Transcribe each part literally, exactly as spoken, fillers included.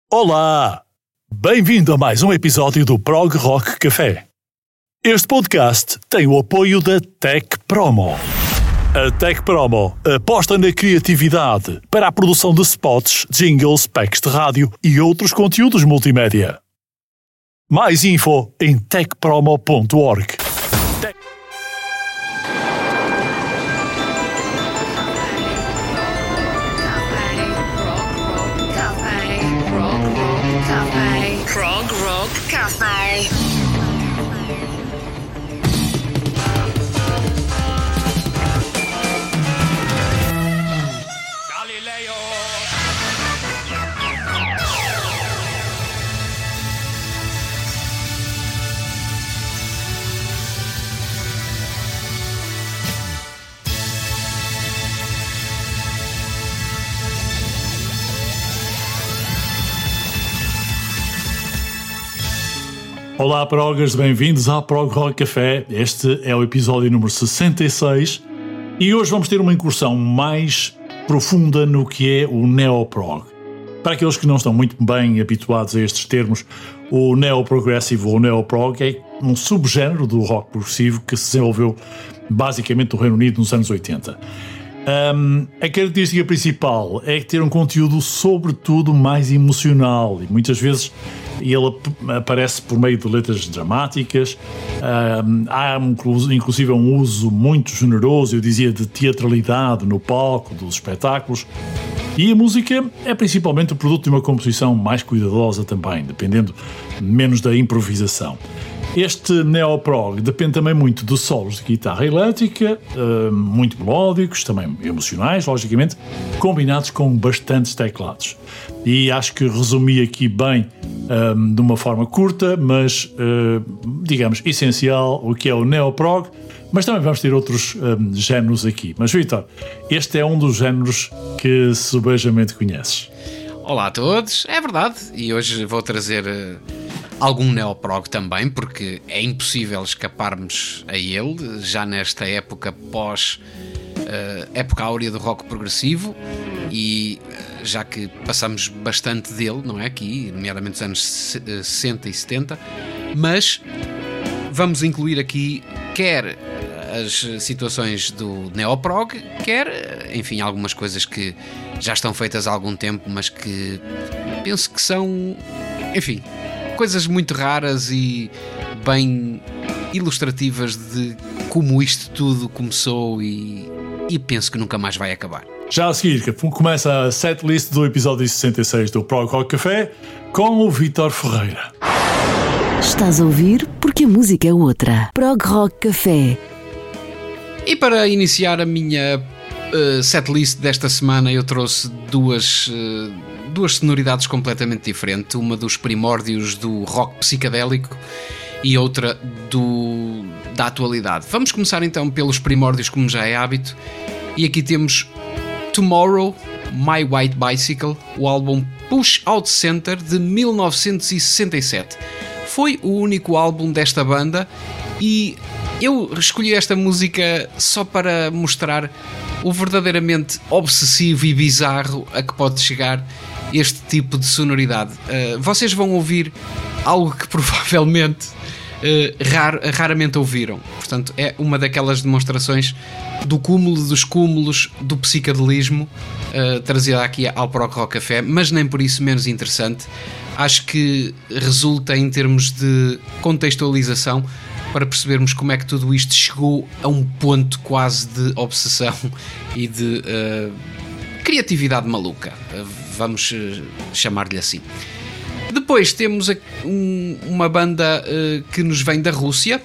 Olá! Bem-vindo a mais um episódio do Prog Rock Café. Este podcast tem o apoio da Tech Promo. A Tech Promo aposta na criatividade para a produção de spots, jingles, packs de rádio e outros conteúdos multimédia. Mais info em tech promo ponto org. Prog Rock Café. Olá, progers, bem-vindos ao Prog Rock Café. Este é o episódio número sessenta e seis e hoje vamos ter uma incursão mais profunda no que é o neoprog. Para aqueles que não estão muito bem habituados a estes termos, o neoprogressivo ou neoprog é um subgénero do rock progressivo que se desenvolveu basicamente no Reino Unido nos anos oitenta. Um, a característica principal é ter um conteúdo sobretudo mais emocional e muitas vezes ele aparece por meio de letras dramáticas. Um, há inclusive um uso muito generoso, eu dizia, de teatralidade no palco dos espetáculos, e a música é principalmente o produto de uma composição mais cuidadosa também, dependendo menos da improvisação. Este neoprog depende também muito de solos de guitarra elétrica, uh, muito melódicos, também emocionais, logicamente, combinados com bastantes teclados. E acho que resumi aqui bem, um, de uma forma curta, mas, uh, digamos, essencial, o que é o neoprog, mas também vamos ter outros um, géneros aqui. Mas, Vítor, este é um dos géneros que subejamente conheces. Olá a todos, é verdade, e hoje vou trazer uh, algum neoprog também, porque é impossível escaparmos a ele, já nesta época pós uh, época áurea do rock progressivo, e uh, já que passamos bastante dele, não é, aqui, nomeadamente nos anos sessenta e setenta, mas vamos incluir aqui quer as situações do neoprog, quer, enfim, algumas coisas que já estão feitas há algum tempo, mas que penso que são, enfim, coisas muito raras e bem ilustrativas de como isto tudo começou e, e penso que nunca mais vai acabar. Já a seguir, começa a setlist do episódio sessenta e seis do Prog Rock Café com o Vítor Ferreira. Estás a ouvir porque a música é outra. Prog Rock Café. E para iniciar a minha uh, setlist desta semana, eu trouxe duas, uh, duas sonoridades completamente diferentes. Uma dos primórdios do rock psicadélico e outra do, da atualidade. Vamos começar então pelos primórdios, como já é hábito. E aqui temos Tomorrow, My White Bicycle, o álbum Push Out Center de mil novecentos e sessenta e sete. Foi o único álbum desta banda e eu escolhi esta música só para mostrar o verdadeiramente obsessivo e bizarro a que pode chegar este tipo de sonoridade. Uh, vocês vão ouvir algo que provavelmente uh, rar, raramente ouviram. Portanto, é uma daquelas demonstrações do cúmulo dos cúmulos do psicadelismo uh, trazida aqui ao Prog Rock Café, mas nem por isso menos interessante. Acho que resulta em termos de contextualização para percebermos como é que tudo isto chegou a um ponto quase de obsessão e de uh, criatividade maluca, uh, vamos uh, chamar-lhe assim. Depois temos um, uma banda uh, que nos vem da Rússia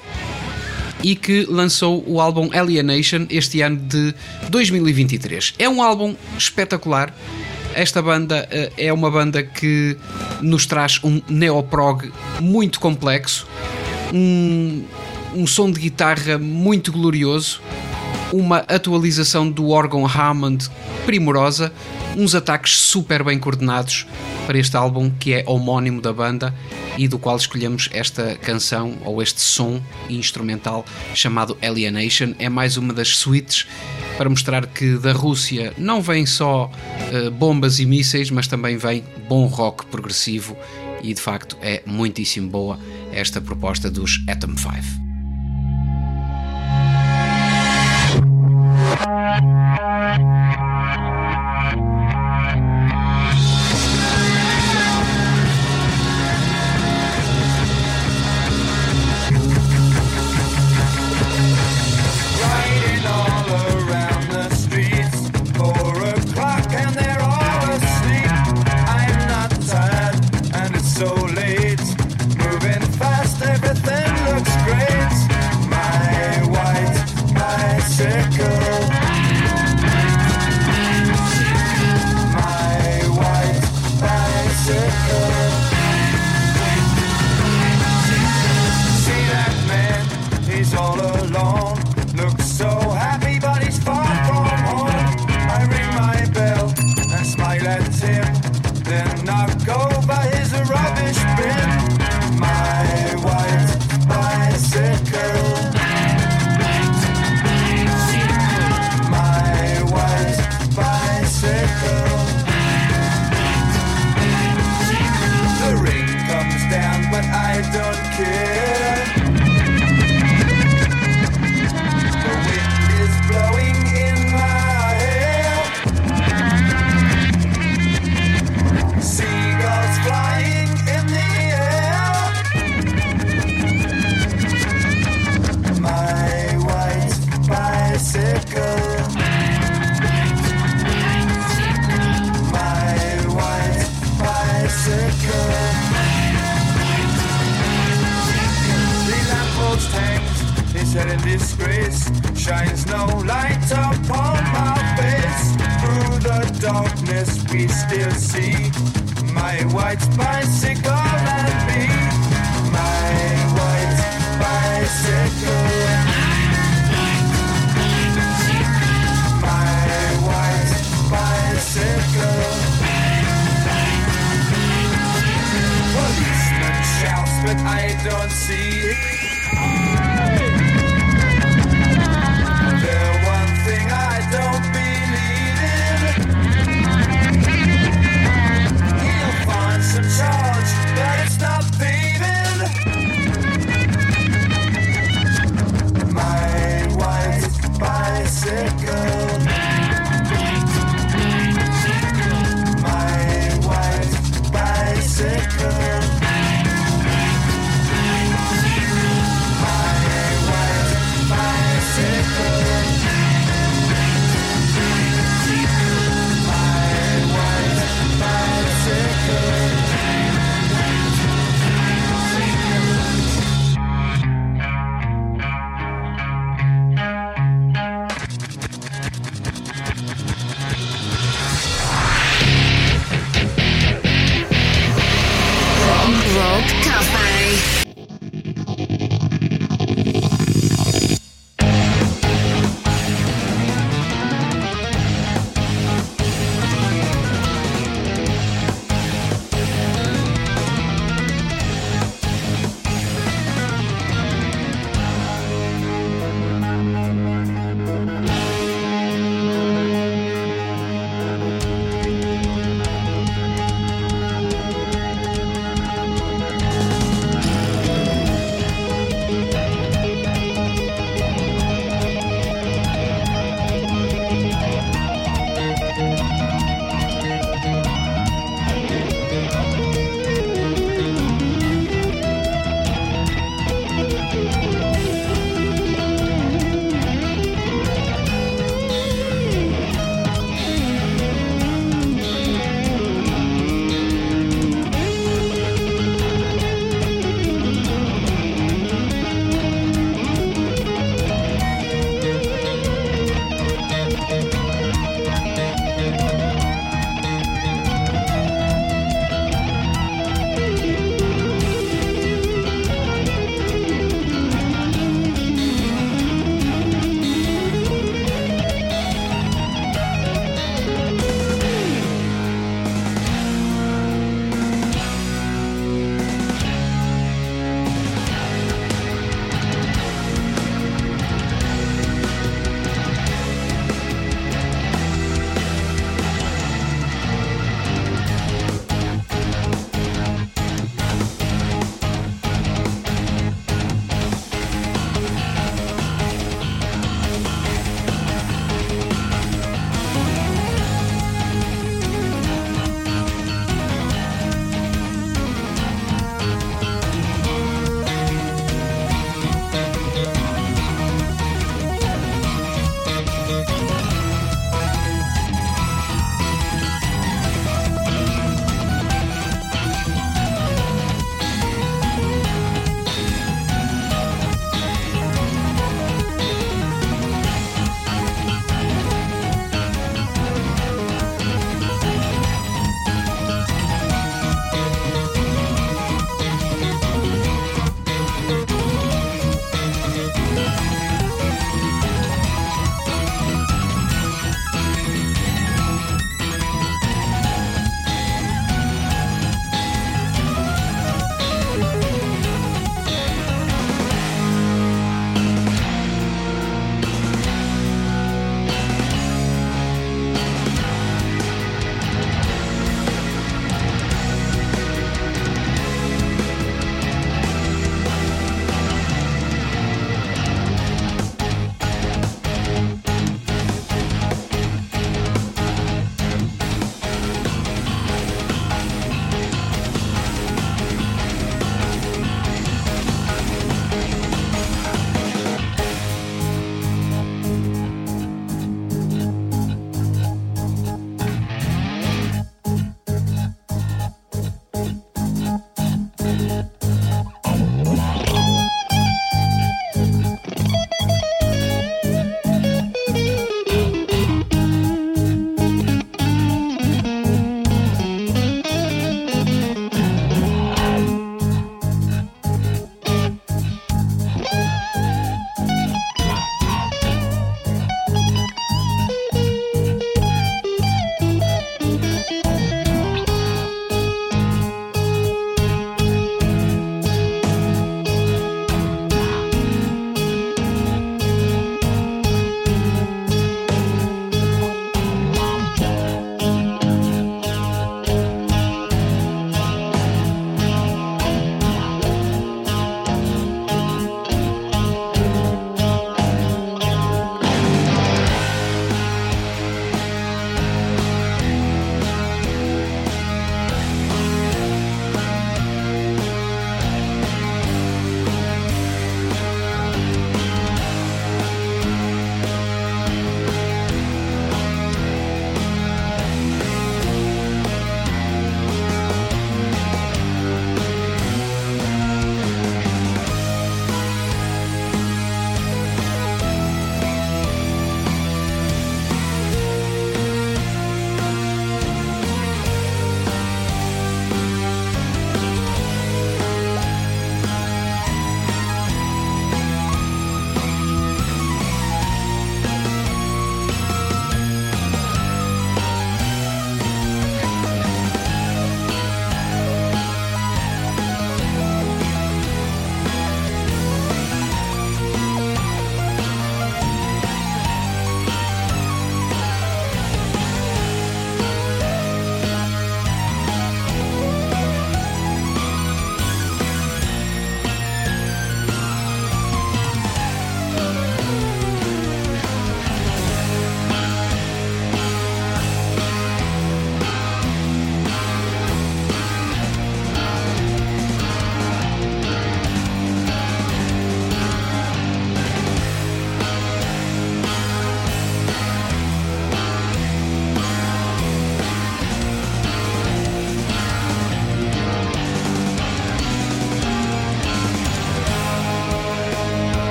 e que lançou o álbum Alienation este ano de dois mil e vinte e três. É um álbum espetacular. Esta banda uh, é uma banda que nos traz um neoprog muito complexo, um, um som de guitarra muito glorioso uma atualização do órgão Hammond primorosa, uns ataques super bem coordenados para este álbum que é homónimo da banda e do qual escolhemos esta canção ou este som instrumental chamado Alienation. É mais uma das suites para mostrar que da Rússia não vem só uh, bombas e mísseis, mas também vem bom rock progressivo e de facto é muitíssimo boa esta proposta dos Atom five. In disgrace, shines no light upon my face. Through the darkness we still see my white bicycle and me. My white bicycle. My white bicycle. Policeman shouts, but I don't see it.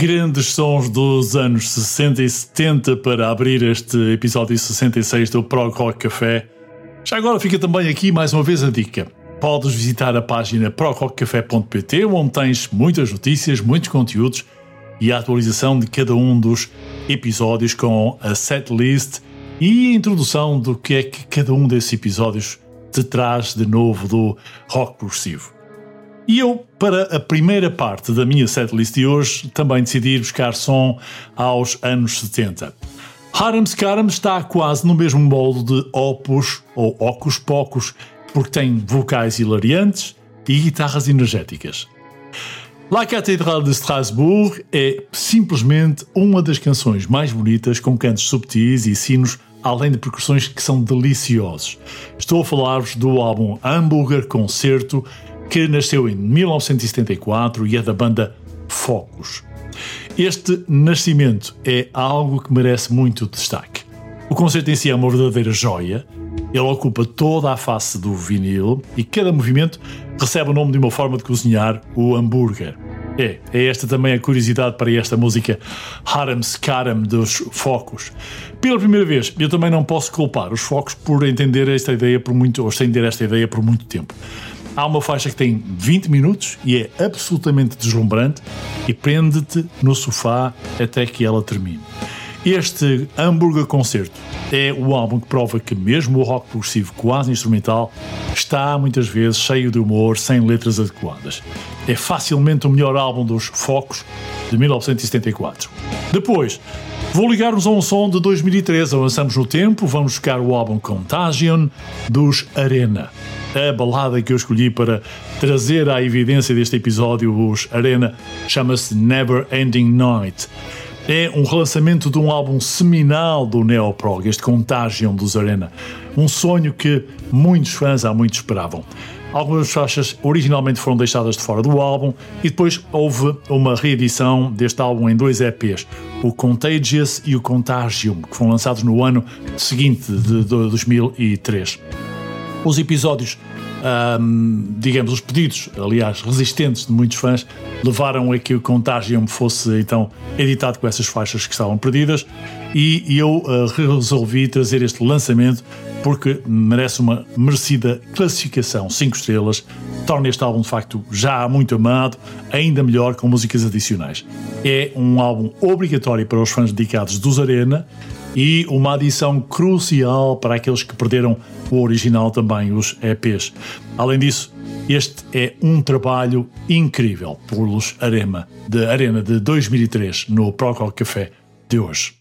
grandes sons dos anos sessenta e setenta para abrir este episódio sessenta e seis do Prog Rock Café. Já agora fica também aqui mais uma vez a dica. Podes visitar a página prog rock café ponto pt, onde tens muitas notícias, muitos conteúdos e a atualização de cada um dos episódios com a setlist e a introdução do que é que cada um desses episódios te traz de novo do rock progressivo. E eu, para a primeira parte da minha setlist de hoje, também decidi buscar som aos anos setenta. Harum Scarum está quase no mesmo molde de Opus ou Ocus Pocus, porque tem vocais hilariantes e guitarras energéticas. La Cathédrale de Strasbourg é simplesmente uma das canções mais bonitas, com cantos subtis e sinos, além de percussões que são deliciosos. Estou a falar-vos do álbum Hamburger Concerto, que nasceu em mil novecentos e setenta e quatro e é da banda Focus. Este nascimento é algo que merece muito destaque. O concerto em si é uma verdadeira joia. Ele ocupa toda a face do vinil e cada movimento recebe o nome de uma forma de cozinhar o hambúrguer. É, é esta também a curiosidade para esta música Harum Scarum dos Focus. Pela primeira vez, eu também não posso culpar os Focus por entender esta ideia por muito, ou estender esta ideia por muito tempo. Há uma faixa que tem vinte minutos e é absolutamente deslumbrante e prende-te no sofá até que ela termine. Este Hamburger Concerto é o álbum que prova que mesmo o rock progressivo quase instrumental está muitas vezes cheio de humor, sem letras adequadas. É facilmente o melhor álbum dos Focus de mil novecentos e setenta e quatro. Depois, vou ligar-nos a um som de dois mil e treze, avançamos no tempo, vamos buscar o álbum Contagion dos Arena. A balada que eu escolhi para trazer à evidência deste episódio, os Arena, chama-se Never Ending Night. É um relançamento de um álbum seminal do Neoprog, este Contagion dos Arena. Um sonho que muitos fãs há muito esperavam. Algumas faixas originalmente foram deixadas de fora do álbum e depois houve uma reedição deste álbum em dois E Pês, o Contagious e o Contagium, que foram lançados no ano seguinte de dois mil e três. Os episódios, hum, digamos, os pedidos, aliás, resistentes de muitos fãs, levaram a que o Contagium fosse então editado com essas faixas que estavam perdidas e, e eu uh, resolvi trazer este lançamento porque merece uma merecida classificação cinco estrelas, torna este álbum de facto já muito amado, ainda melhor com músicas adicionais. É um álbum obrigatório para os fãs dedicados dos Arena e uma adição crucial para aqueles que perderam o original também, os E Pês. Além disso, este é um trabalho incrível pelos Arena de Arena de dois mil e três no Prog Rock Café de hoje.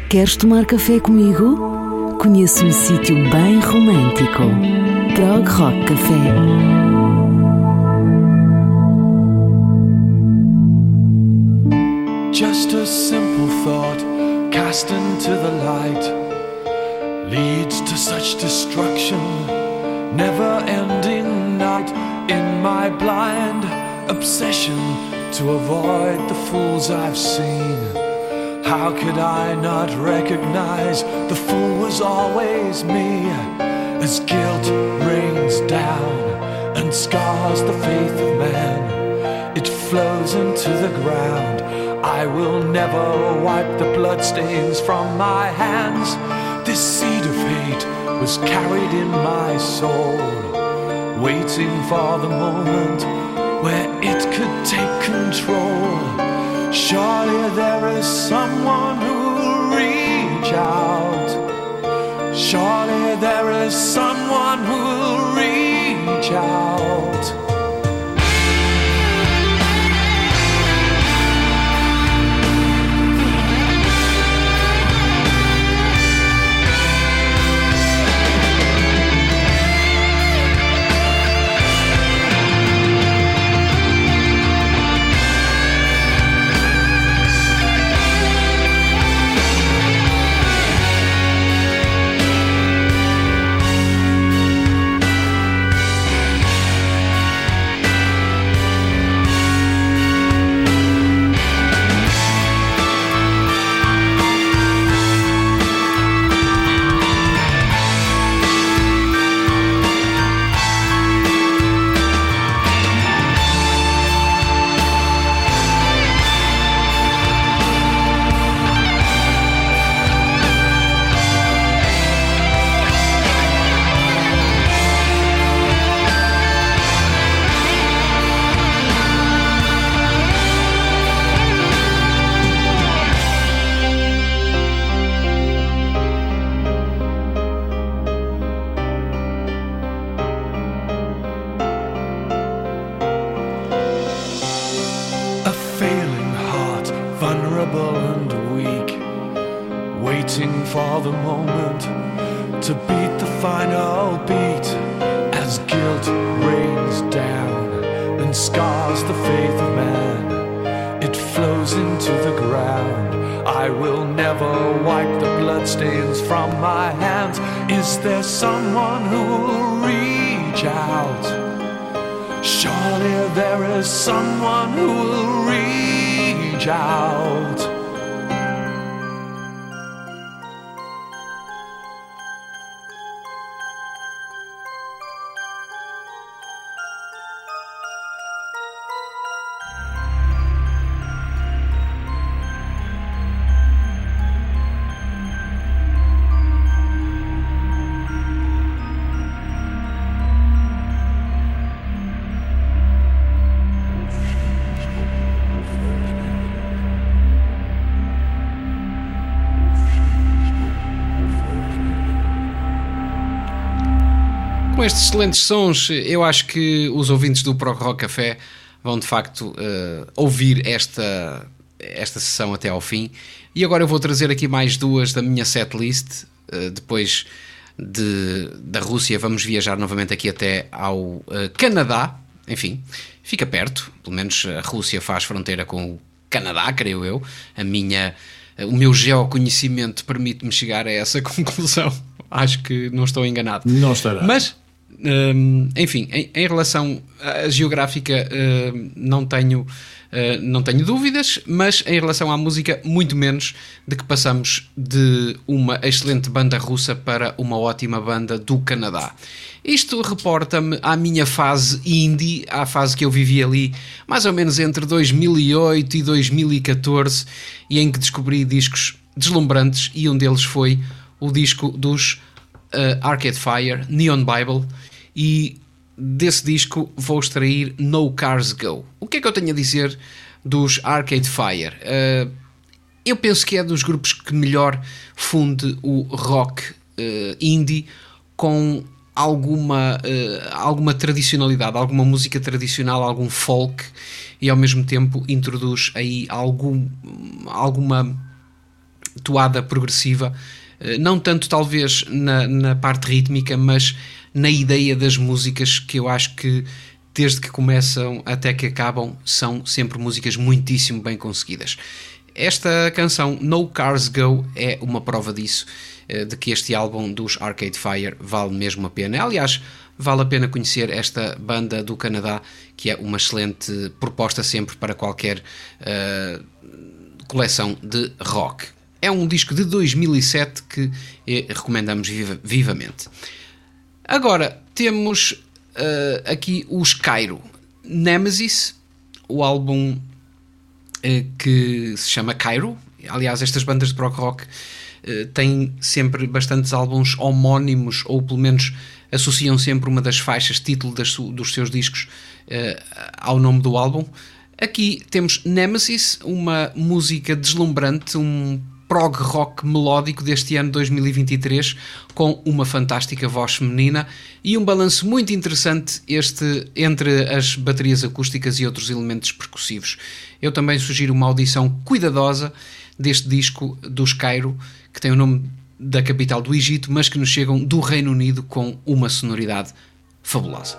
Queres tomar café comigo? Conheço um sítio bem romântico. Prog Rock Café. Just a simple thought cast into the light leads to such destruction, never-ending night. In my blind obsession to avoid the fools I've seen, how could I not recognize the fool was always me? As guilt rains down and scars the faith of man, it flows into the ground. I will never wipe the bloodstains from my hands. This seed of hate was carried in my soul, waiting for the moment where it could take control. Surely there is someone who will reach out. Surely there is someone who will reach out. Com estes excelentes sons, eu acho que os ouvintes do Prog Rock Café vão de facto uh, ouvir esta, esta sessão até ao fim. E agora eu vou trazer aqui mais duas da minha setlist. Uh, depois de, da Rússia vamos viajar novamente aqui até ao uh, Canadá. Enfim, fica perto, pelo menos a Rússia faz fronteira com o Canadá, creio eu. A minha, o meu geoconhecimento permite-me chegar a essa conclusão. Acho que não estou enganado. Não estará. Mas, hum, enfim, em, em relação à geográfica, hum, não tenho, hum, não tenho dúvidas, mas em relação à música, muito menos, de que passamos de uma excelente banda russa para uma ótima banda do Canadá. Isto reporta-me à minha fase indie, à fase que eu vivi ali mais ou menos entre dois mil e oito e dois mil e catorze, e em que descobri discos deslumbrantes, e um deles foi o disco dos uh, Arcade Fire, Neon Bible, e desse disco vou extrair No Cars Go. O que é que eu tenho a dizer dos Arcade Fire? Uh, eu penso que é dos grupos que melhor funde o rock uh, indie com alguma, uh, alguma tradicionalidade, alguma música tradicional, algum folk, e ao mesmo tempo introduz aí algum, alguma toada progressiva, não tanto talvez na, na parte rítmica, mas na ideia das músicas, que eu acho que desde que começam até que acabam são sempre músicas muitíssimo bem conseguidas. Esta canção No Cars Go é uma prova disso, de que este álbum dos Arcade Fire vale mesmo a pena. Aliás, vale a pena conhecer esta banda do Canadá, que é uma excelente proposta sempre para qualquer uh, coleção de rock. É um disco de dois mil e sete que eh, recomendamos viva, vivamente. Agora temos uh, aqui os Cairo Nemesis, o álbum uh, que se chama Cairo. Aliás, estas bandas de prog rock uh, têm sempre bastantes álbuns homónimos, ou pelo menos associam sempre uma das faixas, título das, dos seus discos, uh, ao nome do álbum. Aqui temos Nemesis, uma música deslumbrante, um prog rock melódico deste ano dois mil e vinte e três, com uma fantástica voz feminina e um balanço muito interessante este, entre as baterias acústicas e outros elementos percussivos. Eu também sugiro uma audição cuidadosa deste disco dos Cairo, que tem o nome da capital do Egito, mas que nos chegam do Reino Unido com uma sonoridade fabulosa.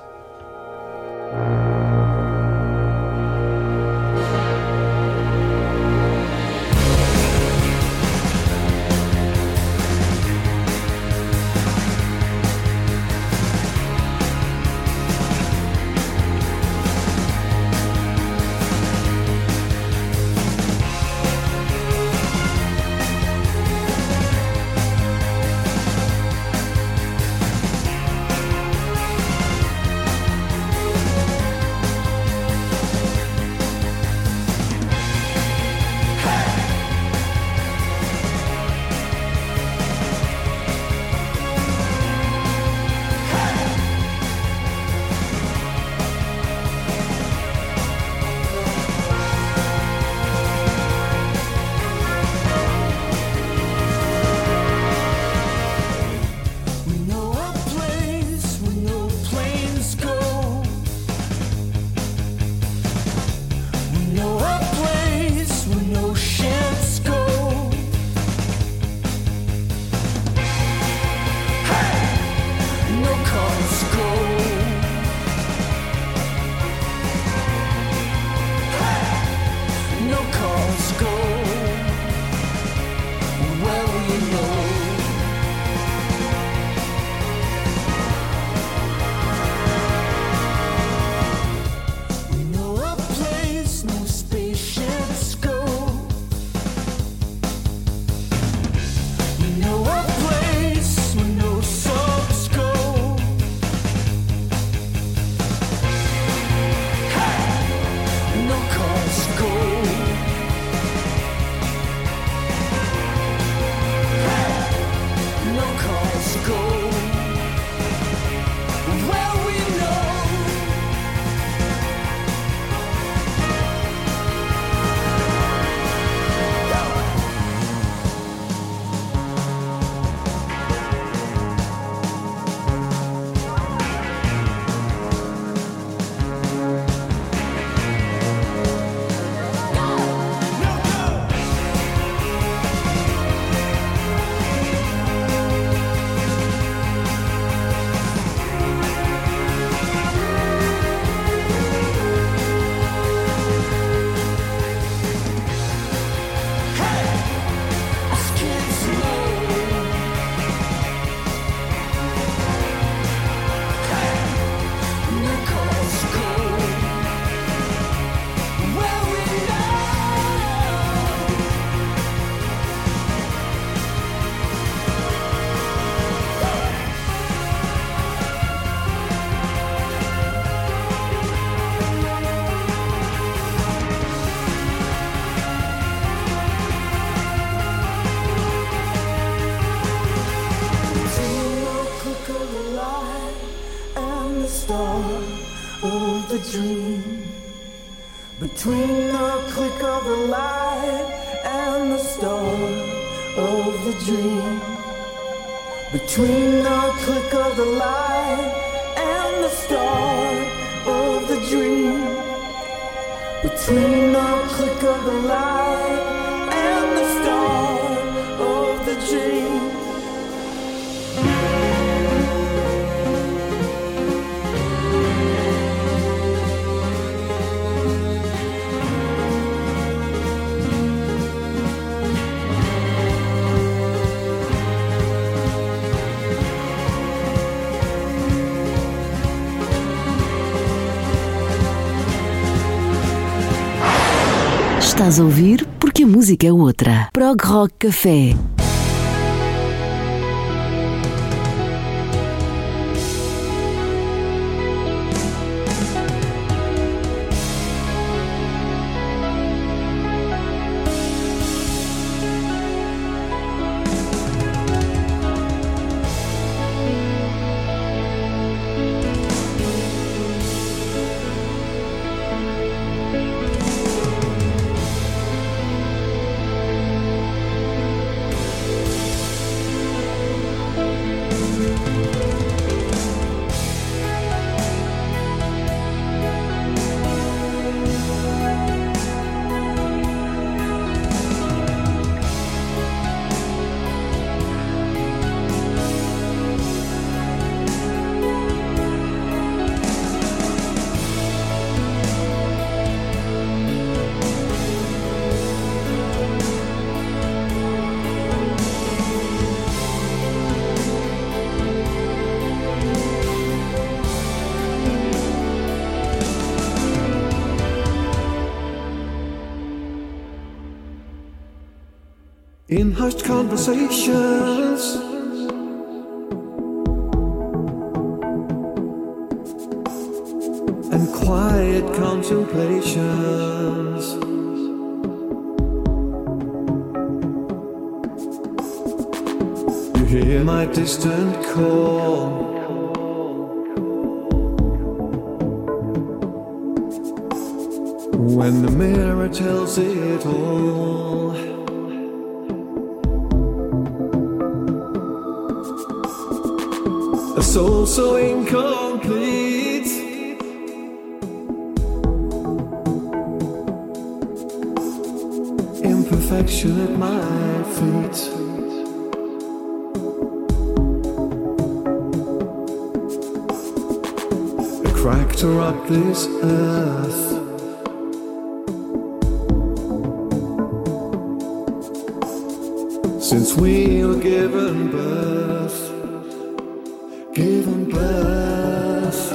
Between the click of the light and the start of the dream. Between the click of the light and the start of the dream. Between the click of the light and the start Estás a ouvir porque a música é outra. Prog Rock Café. In hushed conversations, and quiet contemplations, you hear my distant call. When the mirror tells it all, a soul so incomplete, imperfection at my feet. A crack to rock this earth, since we were given birth. Given birth,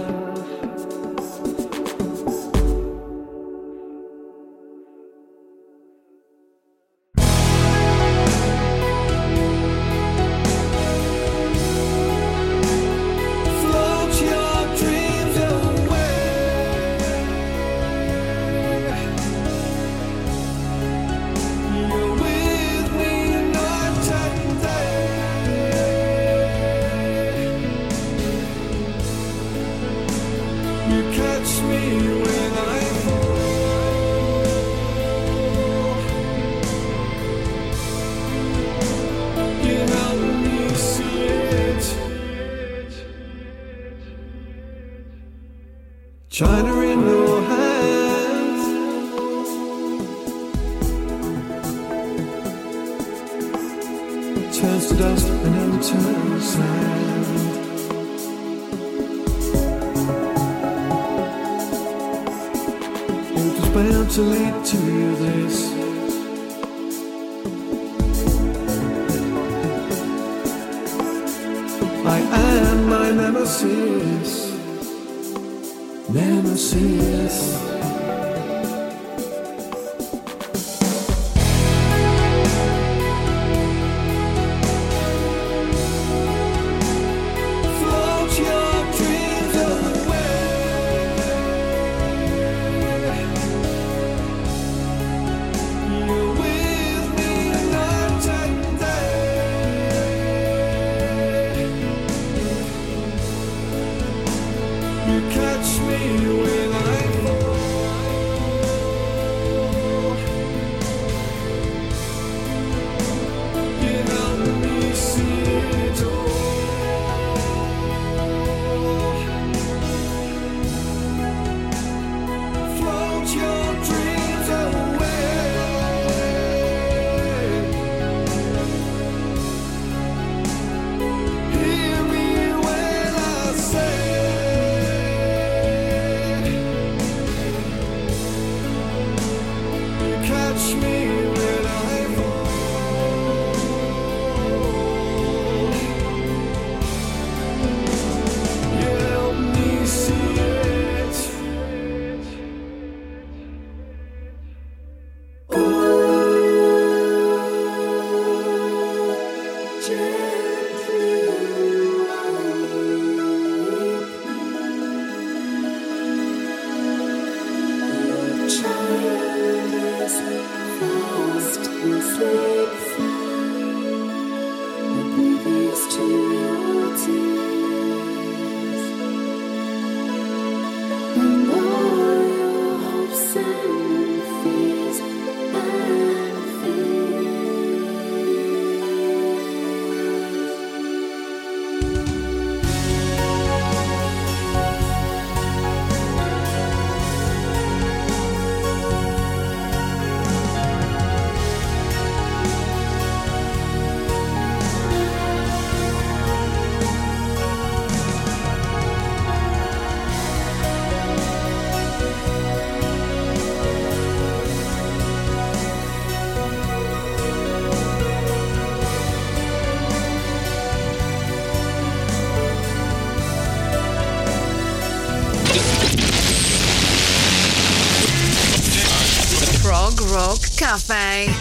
float your dreams away. You're with me night and day. You catch me when I fall. You help me see it. China in your hands, turns to dust and then turns sand. Bound to lead to this. I am my nemesis, nemesis. Float your dreams away. You're with me night and day. You catch me when I fall. Cafe.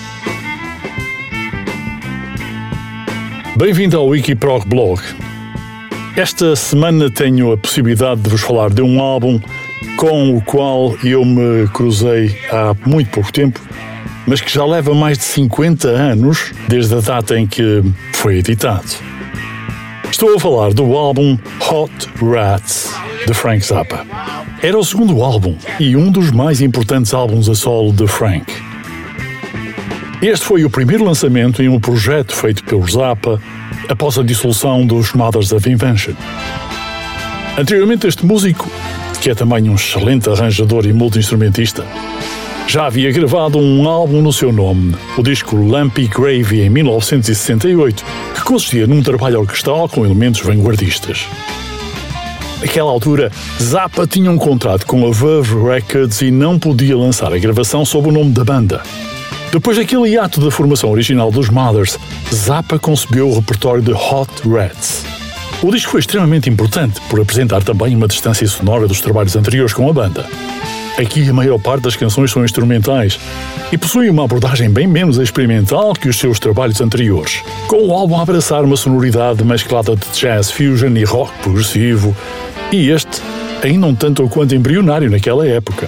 Bem-vindo ao Wikiprog Blog. Esta semana tenho a possibilidade de vos falar de um álbum com o qual eu me cruzei há muito pouco tempo, mas que já leva mais de cinquenta anos desde a data em que foi editado. Estou a falar do álbum Hot Rats, de Frank Zappa. Era o segundo álbum e um dos mais importantes álbuns a solo de Frank. Este foi o primeiro lançamento em um projeto feito pelo Zappa após a dissolução dos Mothers of Invention. Anteriormente, este músico, que é também um excelente arranjador e multi-instrumentista, já havia gravado um álbum no seu nome, o disco Lumpy Gravy, em mil novecentos e sessenta e oito, que consistia num trabalho orquestral com elementos vanguardistas. Naquela altura, Zappa tinha um contrato com a Verve Records e não podia lançar a gravação sob o nome da banda. Depois daquele hiato da formação original dos Mothers, Zappa concebeu o repertório de Hot Rats. O disco foi extremamente importante por apresentar também uma distância sonora dos trabalhos anteriores com a banda. Aqui a maior parte das canções são instrumentais e possuem uma abordagem bem menos experimental que os seus trabalhos anteriores, com o álbum a abraçar uma sonoridade mesclada de jazz fusion e rock progressivo, e este ainda um tanto ou quanto embrionário naquela época.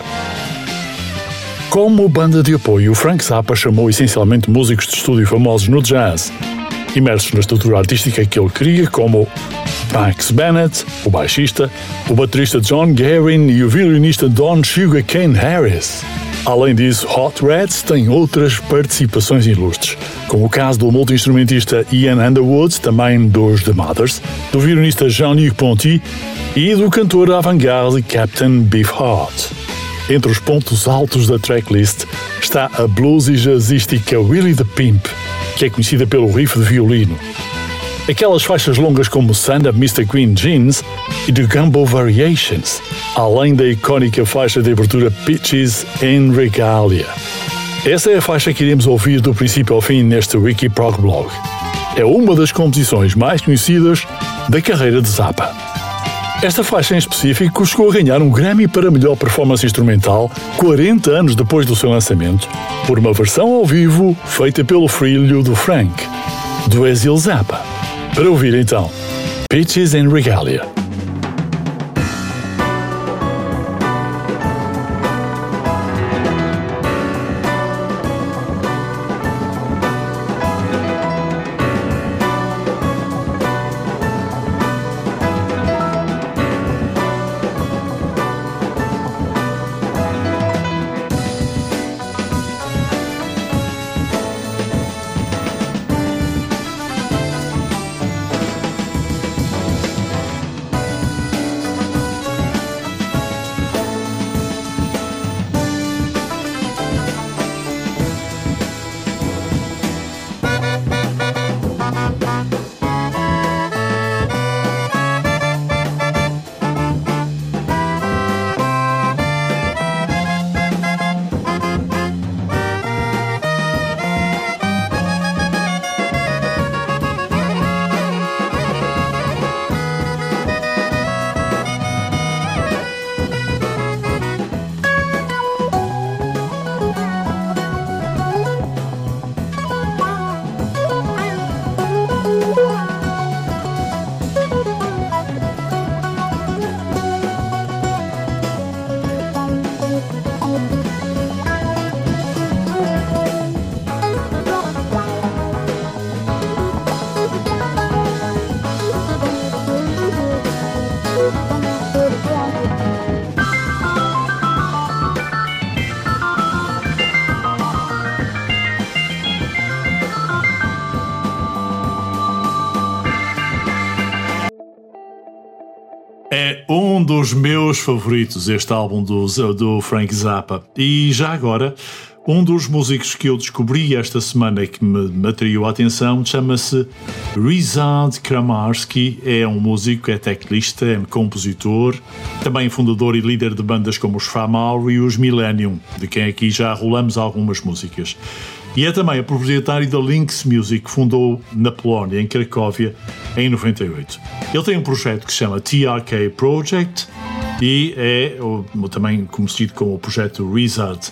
Como banda de apoio, Frank Zappa chamou essencialmente músicos de estúdio famosos no jazz, imersos na estrutura artística que ele queria, como Max Bennett, o baixista, o baterista John Guerin e o violinista Don Sugarcane Harris. Além disso, Hot Rats tem outras participações ilustres, como o caso do multi-instrumentista Ian Underwood, também dos The Mothers, do violinista Jean-Luc Ponty e do cantor avant-garde Captain Beefheart. Entre os pontos altos da tracklist está a blues e jazzística Willie the Pimp, que é conhecida pelo riff de violino. Aquelas faixas longas como Stand Up mister Green Jeans e The Gumbo Variations, além da icónica faixa de abertura Peaches in Regalia. Essa é a faixa que iremos ouvir do princípio ao fim neste Wikiprog Blog. É uma das composições mais conhecidas da carreira de Zappa. Esta faixa em específico chegou a ganhar um Grammy para melhor performance instrumental quarenta anos depois do seu lançamento, por uma versão ao vivo feita pelo filho do Frank, do Ezil Zappa. Para ouvir então, Peaches in Regalia. É um dos meus favoritos, este álbum do, do Frank Zappa. E já agora, um dos músicos que eu descobri esta semana e que me, me atraiu a atenção chama-se Ryszard Kramarski. É um músico, é teclista, é compositor, também fundador e líder de bandas como os Famau e os Millennium, de quem aqui já rolamos algumas músicas. E é também o proprietário da Lynx Music, que fundou na Polónia, em Cracóvia, em noventa e oito. Ele tem um projeto que se chama T R K Project e é também conhecido como o projeto Ryszard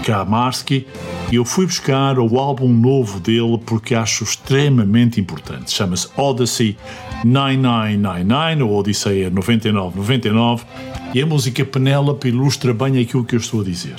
Kamarsky, e eu fui buscar o álbum novo dele porque acho extremamente importante. Chama-se Odyssey nove nove nove nove, ou Odisseia noventa e nove noventa e nove, e a música Penélope ilustra bem aquilo que eu estou a dizer.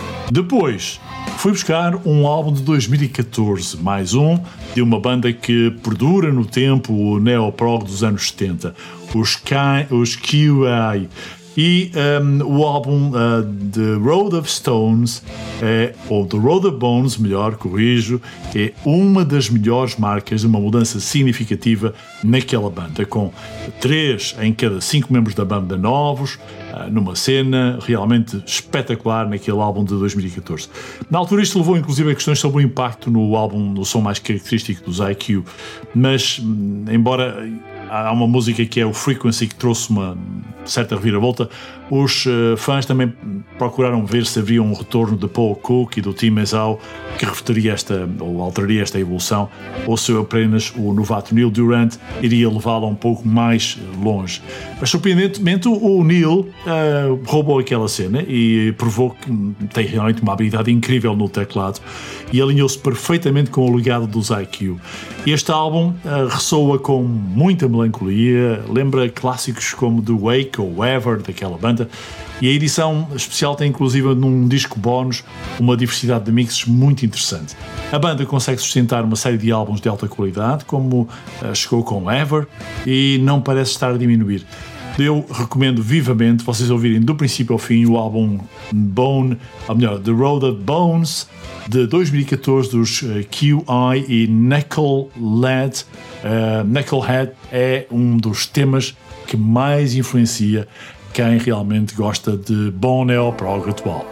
Depois fui buscar um álbum de dois mil e catorze, mais um, de uma banda que perdura no tempo o neoprog dos anos setenta, os, K, os Q I. E um, o álbum uh, The Road of Stones, é, ou The Road of Bones, melhor, corrijo, é uma das melhores marcas de uma mudança significativa naquela banda, com três em cada cinco membros da banda novos, uh, numa cena realmente espetacular naquele álbum de dois mil e catorze. Na altura isto levou inclusive a questões sobre o impacto no álbum, no som mais característico dos I Q, mas embora há uma música que é o Frequency que trouxe uma certa reviravolta, os uh, fãs também procuraram ver se havia um retorno de Paul Cook e do Tim Ezau que reverteria esta, ou alteraria esta evolução, ou se apenas o novato Neil Durant iria levá-la um pouco mais longe. Mas surpreendentemente o Neil uh, roubou aquela cena e provou que tem realmente uma habilidade incrível no teclado e alinhou-se perfeitamente com o legado dos I Q. Este álbum uh, ressoa com muita melancolia, lembra clássicos como The Wake ou Ever, daquela banda, e a edição especial tem inclusive num disco bónus uma diversidade de mixes muito interessante. A banda consegue sustentar uma série de álbuns de alta qualidade, como uh, chegou com Ever, e não parece estar a diminuir. Eu recomendo vivamente vocês ouvirem do princípio ao fim o álbum Bone, ou melhor, The Road of Bones, de dois mil e catorze, dos uh, Q I e Knucklehead. Uh, Knucklehead é um dos temas que mais influencia quem realmente gosta de bom neoprog atual.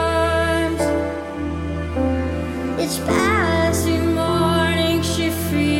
Each passing morning she feels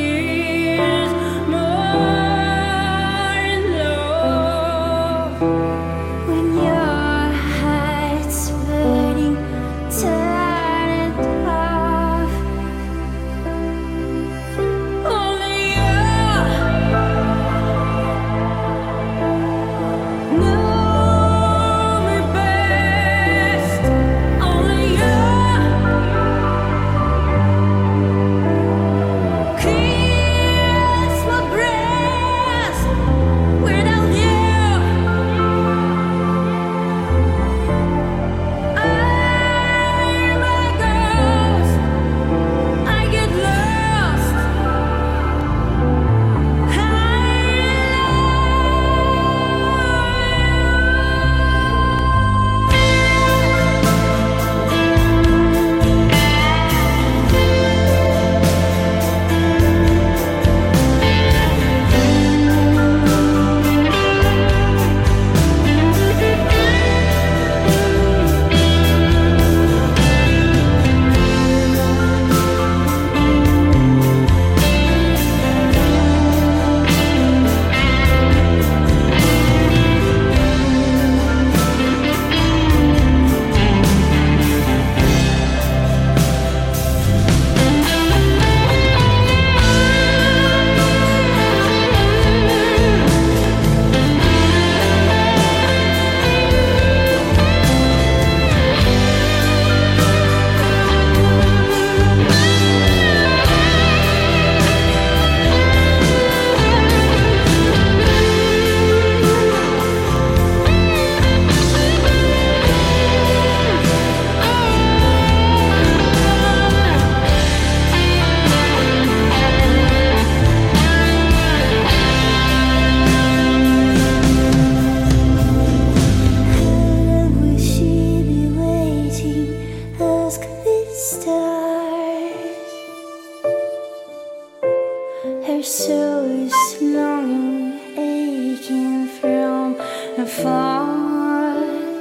so long, aching from afar.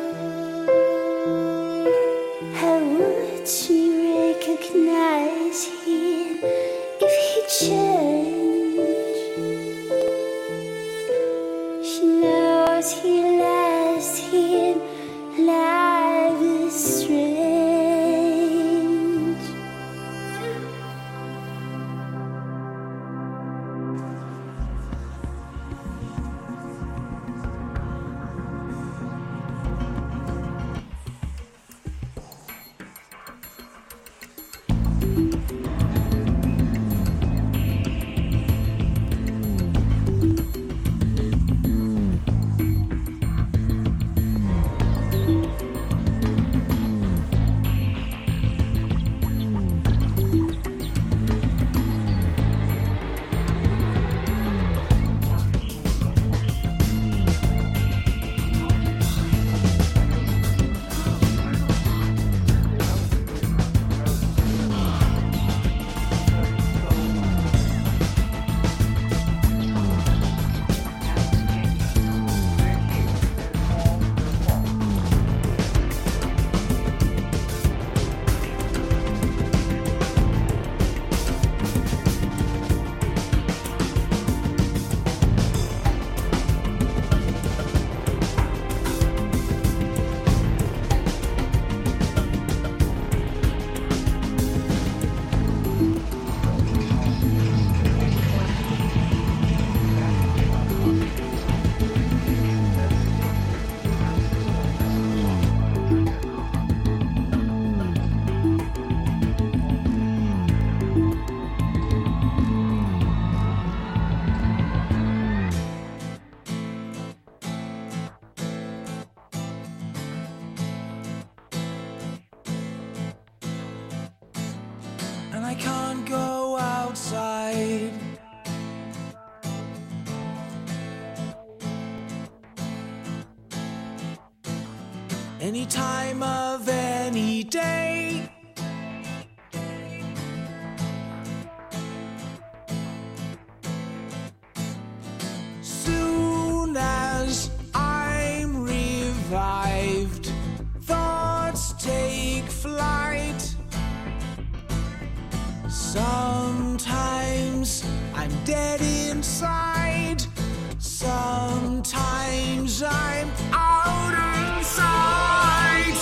How would she recognize him if he changed? She knows he loves him, life is strange. I can't go outside. Any time of any day. Soon as I'm revived, thoughts take flight. Sometimes I'm dead inside. Sometimes I'm out of sight.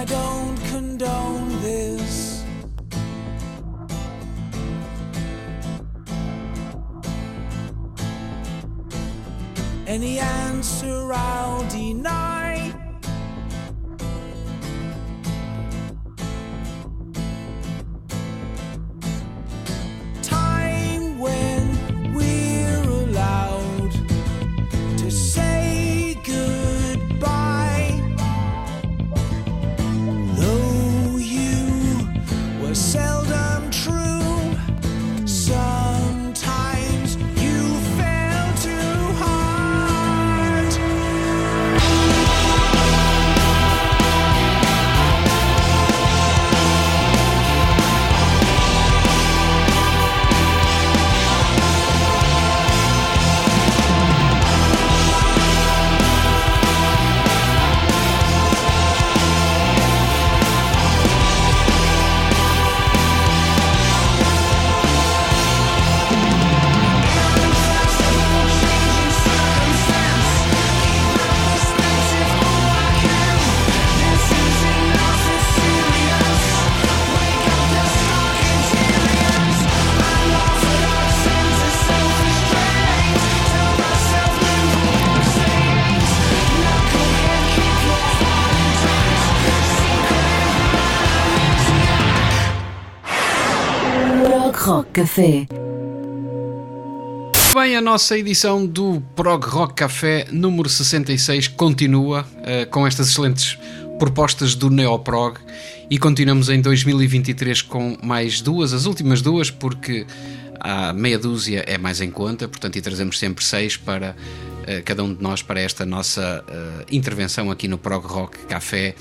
I don't condone this. Any answer I'll deny. Time when we're allowed to say goodbye. Though you were seldom true, sometimes you fell too hard. Prog Rock Café. Bem, a nossa edição do Prog Rock Café número sessenta e seis continua uh, com estas excelentes propostas do Neoprog e continuamos em dois mil e vinte e três com mais duas, as últimas duas, porque a meia dúzia é mais em conta, portanto, e trazemos sempre seis para uh, cada um de nós para esta nossa uh, intervenção aqui no Prog Rock Café.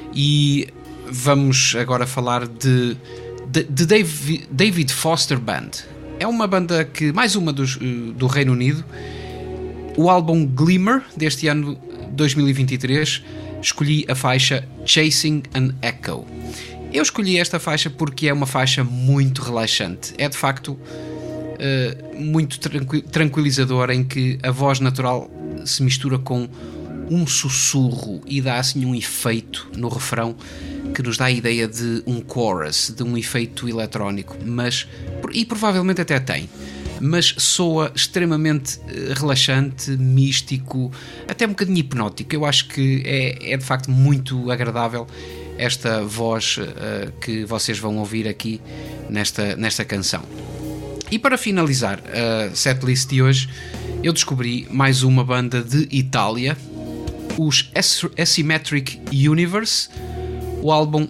E vamos agora falar de, de, de David, David Foster Band. É uma banda que, mais uma dos, do Reino Unido. O álbum Glimmer, deste ano dois mil e vinte e três, escolhi a faixa Chasing an Echo. Eu escolhi esta faixa porque é uma faixa muito relaxante. É de facto uh, muito tranqui- tranquilizadora, em que a voz natural se mistura com um sussurro e dá assim um efeito no refrão que nos dá a ideia de um chorus, de um efeito eletrónico, mas, e provavelmente até tem, mas soa extremamente relaxante, místico, até um bocadinho hipnótico. Eu acho que é, é de facto muito agradável esta voz uh, que vocês vão ouvir aqui nesta, nesta canção. E para finalizar a setlist de hoje, eu descobri mais uma banda de Itália, os Asymmetric Universe. O álbum,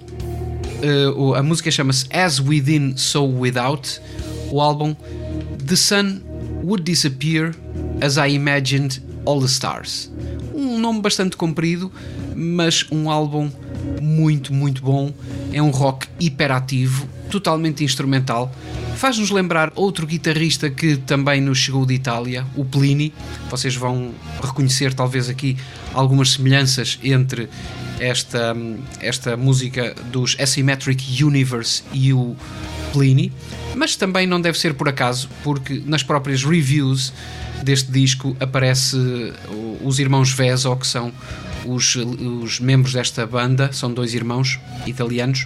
uh, a música chama-se As Within, So Without. O álbum The Sun Would Disappear As I Imagined All the Stars. Um nome bastante comprido, mas um álbum muito, muito bom. É um rock hiperativo, totalmente instrumental. Faz-nos lembrar outro guitarrista que também nos chegou de Itália, o Plini. Vocês vão reconhecer talvez aqui algumas semelhanças entre esta, esta música dos Asymmetric Universe e o Plini, mas também não deve ser por acaso, porque nas próprias reviews deste disco aparece os irmãos Veso, que são os, os membros desta banda, são dois irmãos italianos,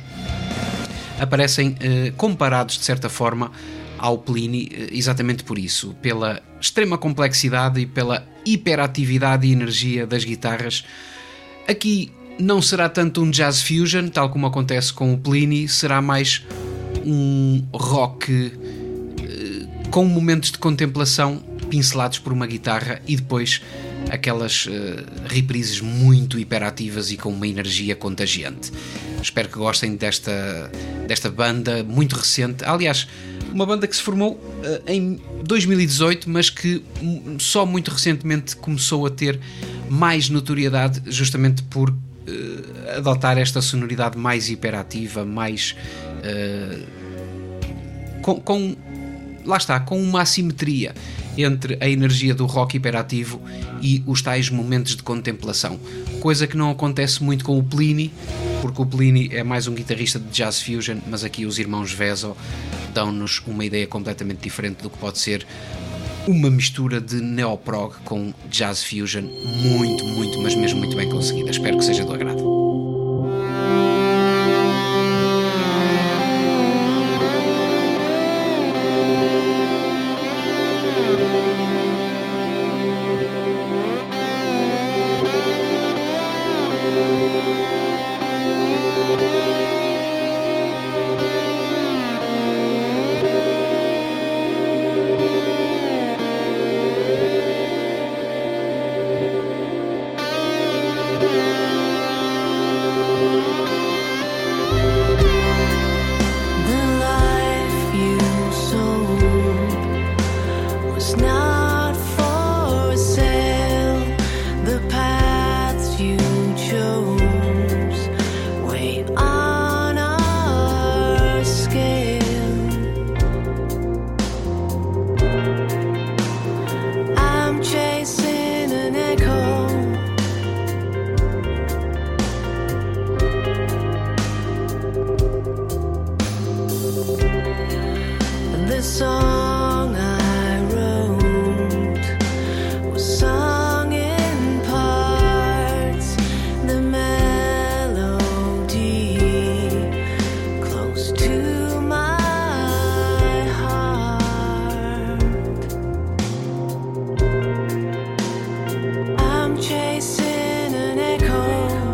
aparecem eh, comparados de certa forma ao Plini, eh, exatamente por isso, pela extrema complexidade e pela hiperatividade e energia das guitarras. Aqui não será tanto um jazz fusion, tal como acontece com o Plini, será mais um rock eh, com momentos de contemplação pincelados por uma guitarra e depois aquelas uh, reprises muito hiperativas e com uma energia contagiante. Espero que gostem desta, desta banda muito recente. Aliás, uma banda que se formou uh, em dois mil e dezoito, mas que um, só muito recentemente começou a ter mais notoriedade, justamente por uh, adotar esta sonoridade mais hiperativa, mais uh, com, com lá está, com uma assimetria entre a energia do rock hiperativo e os tais momentos de contemplação, coisa que não acontece muito com o Plini, porque o Plini é mais um guitarrista de jazz fusion, mas aqui os irmãos Veso dão-nos uma ideia completamente diferente do que pode ser uma mistura de neoprog com jazz fusion muito, muito, mas mesmo muito bem conseguida. Espero que seja do agrado. echo. The song I wrote was sung in parts, the melody close to my heart. I'm chasing an echo.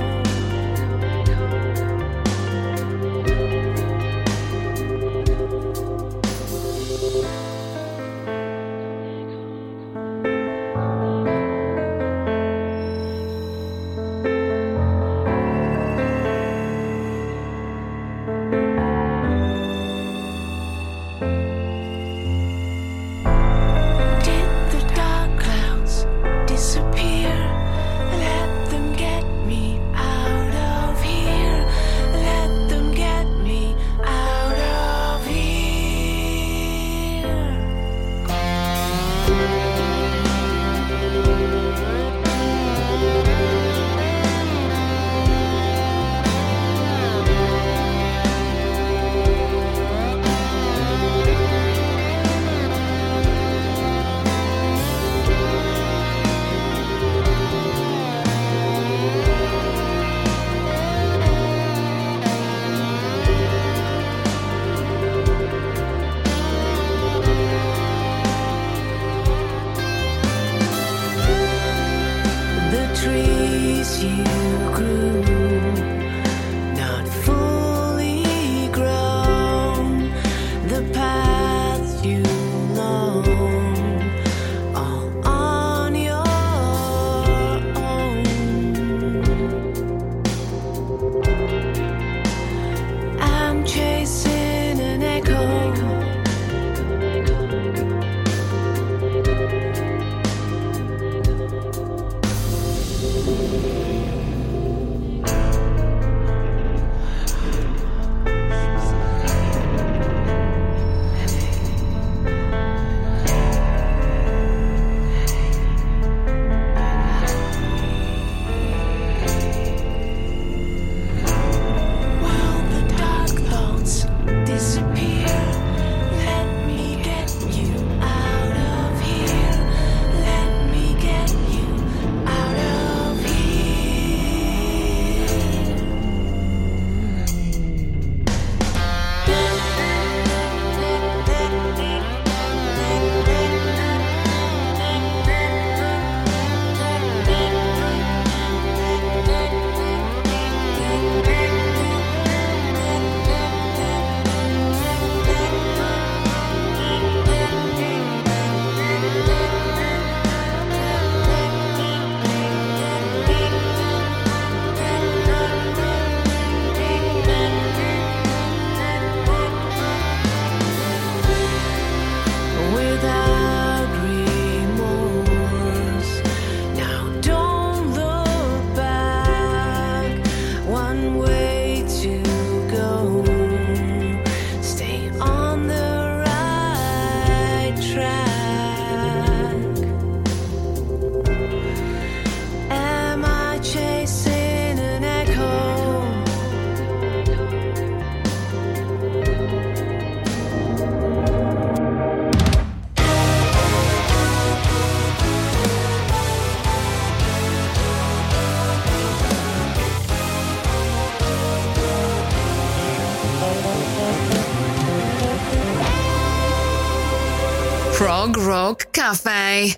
Prog Rock Cafe.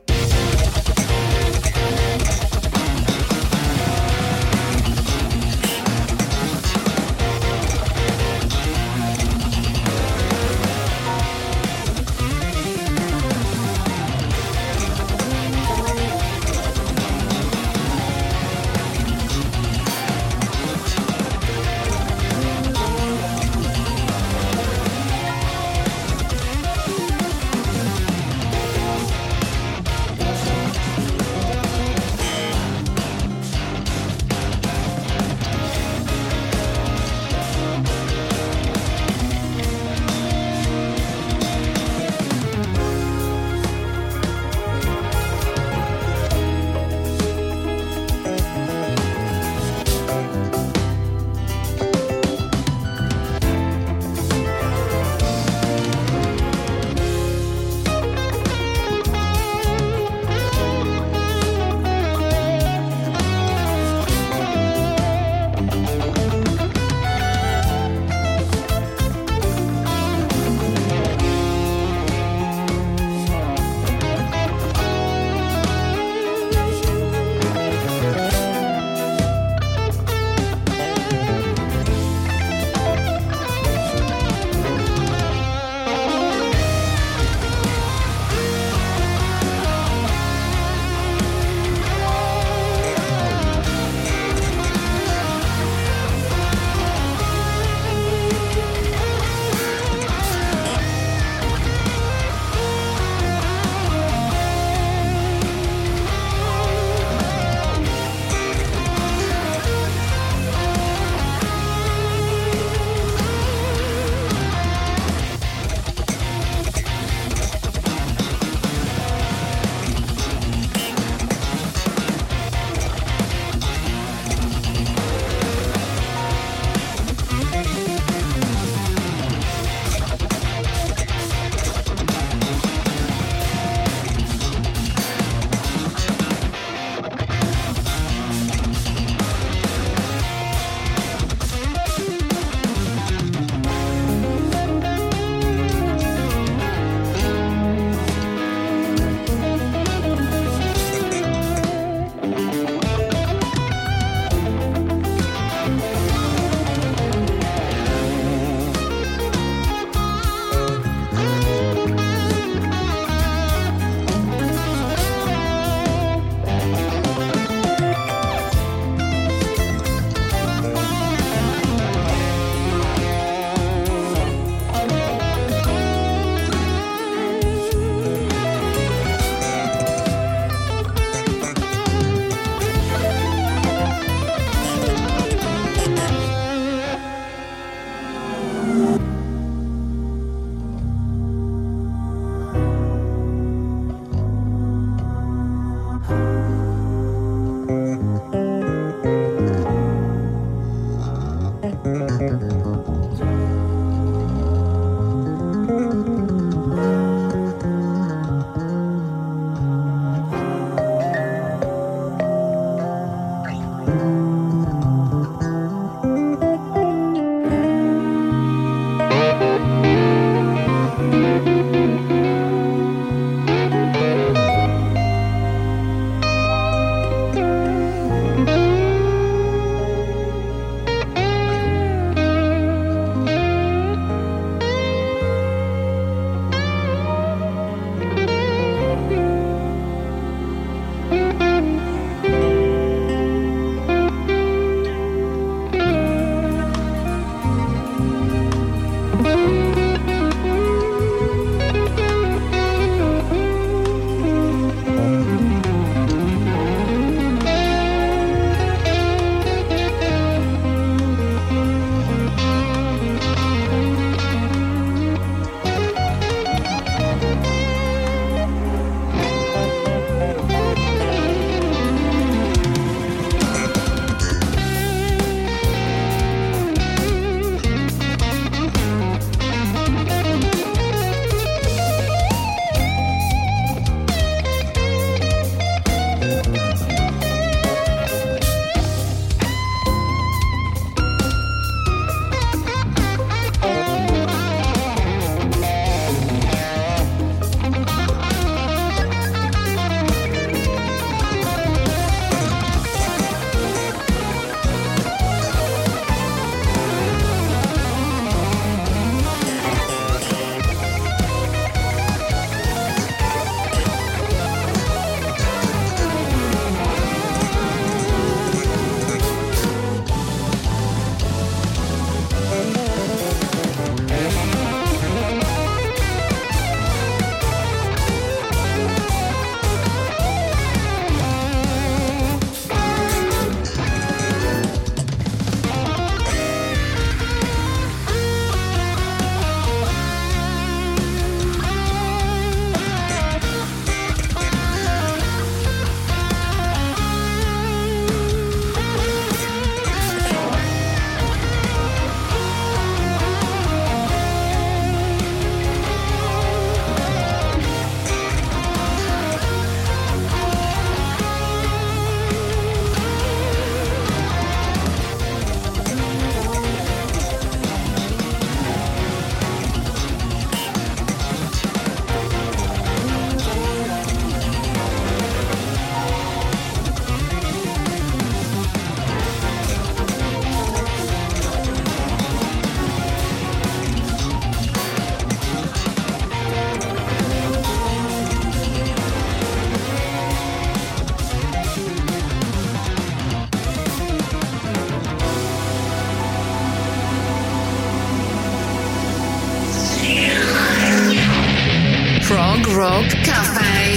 Prog Rock Café.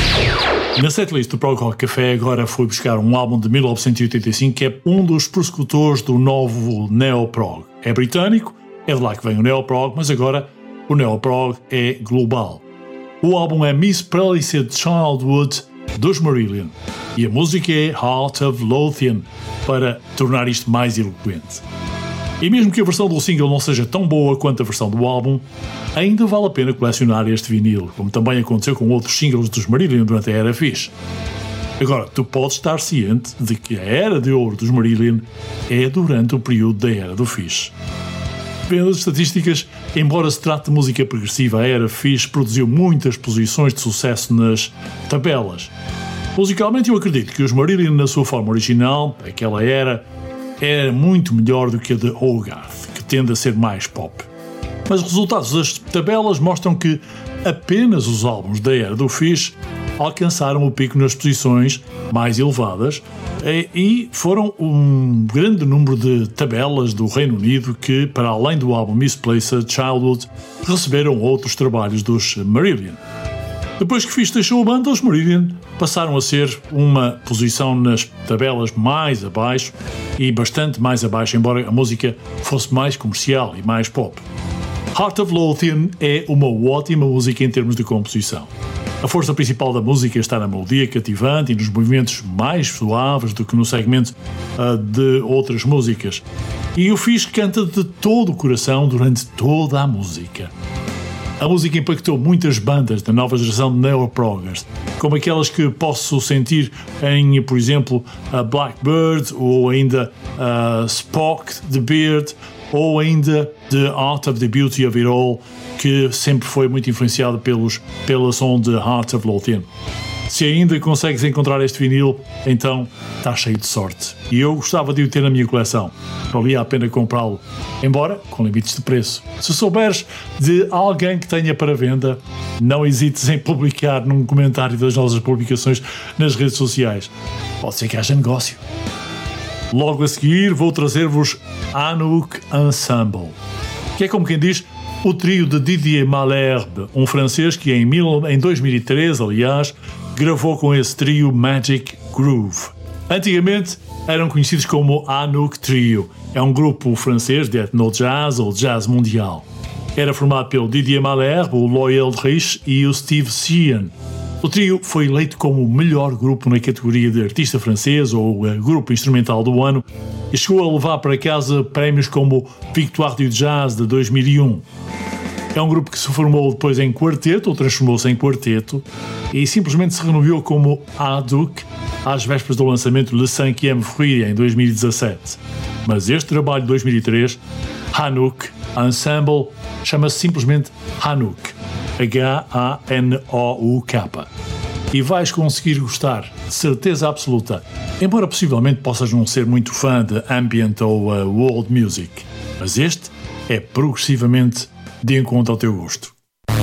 Na setlist do Prog Rock Café agora fui buscar um álbum de mil novecentos e oitenta e cinco que é um dos persecutores do novo Neoprog. É britânico, é de lá que vem o Neoprog, mas agora o Neoprog é global. O álbum é Misplaced Childhood dos Marillion e a música é Heart of Lothian, para tornar isto mais eloquente. E mesmo que a versão do single não seja tão boa quanto a versão do álbum, ainda vale a pena colecionar este vinil, como também aconteceu com outros singles dos Marillion durante a era Fish. Agora, tu podes estar ciente de que a era de ouro dos Marillion é durante o período da era do Fish. Vendo as estatísticas, embora se trate de música progressiva, a era Fish produziu muitas posições de sucesso nas tabelas. Musicalmente, eu acredito que os Marillion, na sua forma original, aquela era, era muito melhor do que a de Hogarth, que tende a ser mais pop. Mas os resultados das tabelas mostram que apenas os álbuns da era do Fish alcançaram o pico nas posições mais elevadas e foram um grande número de tabelas do Reino Unido que, para além do álbum Misplaced Childhood, receberam outros trabalhos dos Marillion. Depois que Fish deixou a banda, os Marillion passaram a ser uma posição nas tabelas mais abaixo e bastante mais abaixo, embora a música fosse mais comercial e mais pop. Heart of Lothian é uma ótima música em termos de composição. A força principal da música está na melodia cativante e nos movimentos mais suaves do que no segmento uh, de outras músicas. E o Fish canta de todo o coração durante toda a música. A música impactou muitas bandas da nova geração de neoproggers, como aquelas que posso sentir em, por exemplo, a Blackbird, ou ainda a Spock, The Beard, ou ainda The Art of the Beauty of It All, que sempre foi muito influenciado pelos, pela som de Heart of Lothian. Se ainda consegues encontrar este vinil, então está cheio de sorte. E eu gostava de o ter na minha coleção. Valia a pena comprá-lo, embora com limites de preço. Se souberes de alguém que tenha para venda, não hesites em publicar num comentário das nossas publicações nas redes sociais. Pode ser que haja negócio. Logo a seguir vou trazer-vos Anouk Ensemble, que é, como quem diz, o trio de Didier Malherbe, um francês que em, mil, em dois mil e três, aliás, gravou com esse trio Magic Groove. Antigamente eram conhecidos como Anouk Trio. É um grupo francês de ethno-jazz ou jazz mundial. Era formado pelo Didier Malherbe, o Loyal Rich e o Steve Sheehan. O trio foi eleito como o melhor grupo na categoria de artista francês ou grupo instrumental do ano e chegou a levar para casa prémios como Victoire du Jazz de dois mil e um. É um grupo que se formou depois em quarteto, ou transformou-se em quarteto, e simplesmente se renomeou como Anouk às vésperas do lançamento Le Cinquième Fruit em dois mil e dezassete. Mas este trabalho de dois mil e três, Anouk Ensemble, chama-se simplesmente Anouk. H A N O U K. E vais conseguir gostar, de certeza absoluta, embora possivelmente possas não ser muito fã de ambient ou uh, world music. Mas este é progressivamente de encontro ao teu gosto.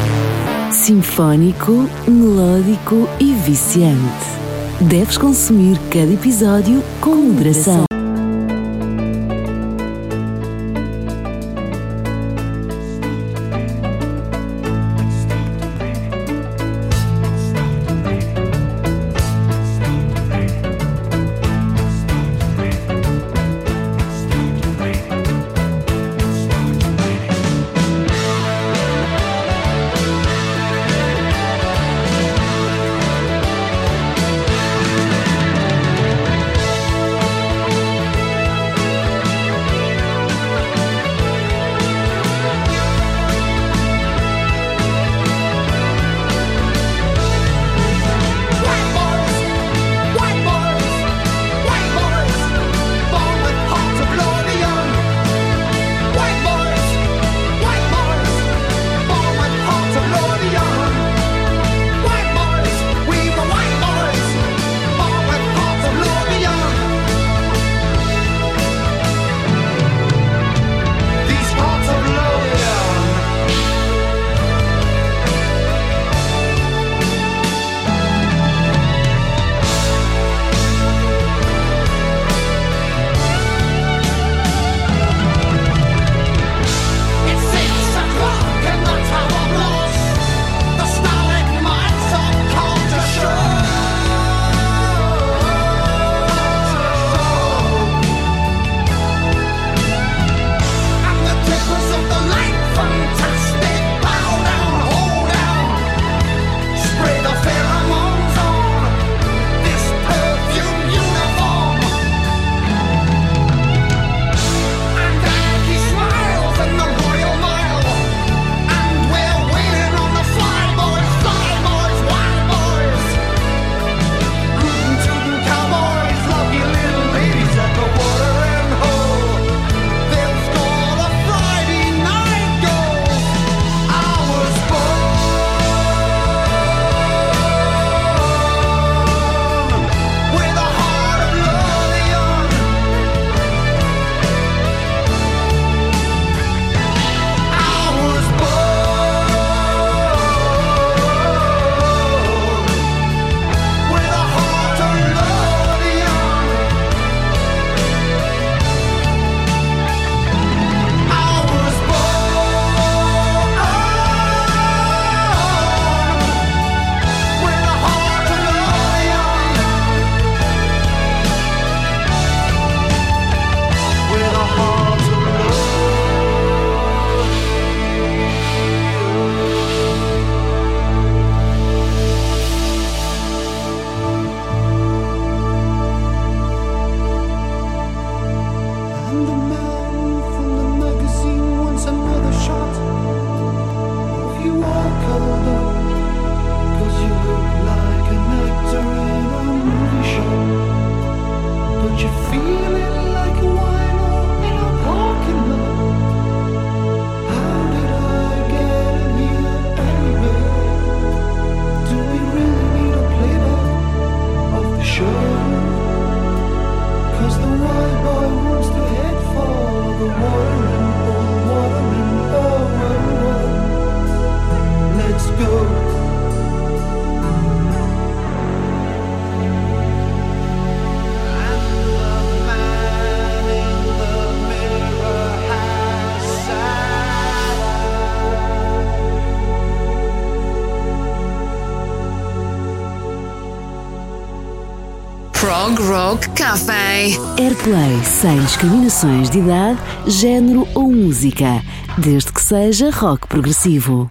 Sinfónico, melódico e viciante. Deves consumir cada episódio com moderação. Thank sure. Cause the wild boy wants to head for the watering hole, watering hole, watering hole. Let's go. Prog Rock Café. Airplay sem discriminações de idade, género ou música, desde que seja rock progressivo.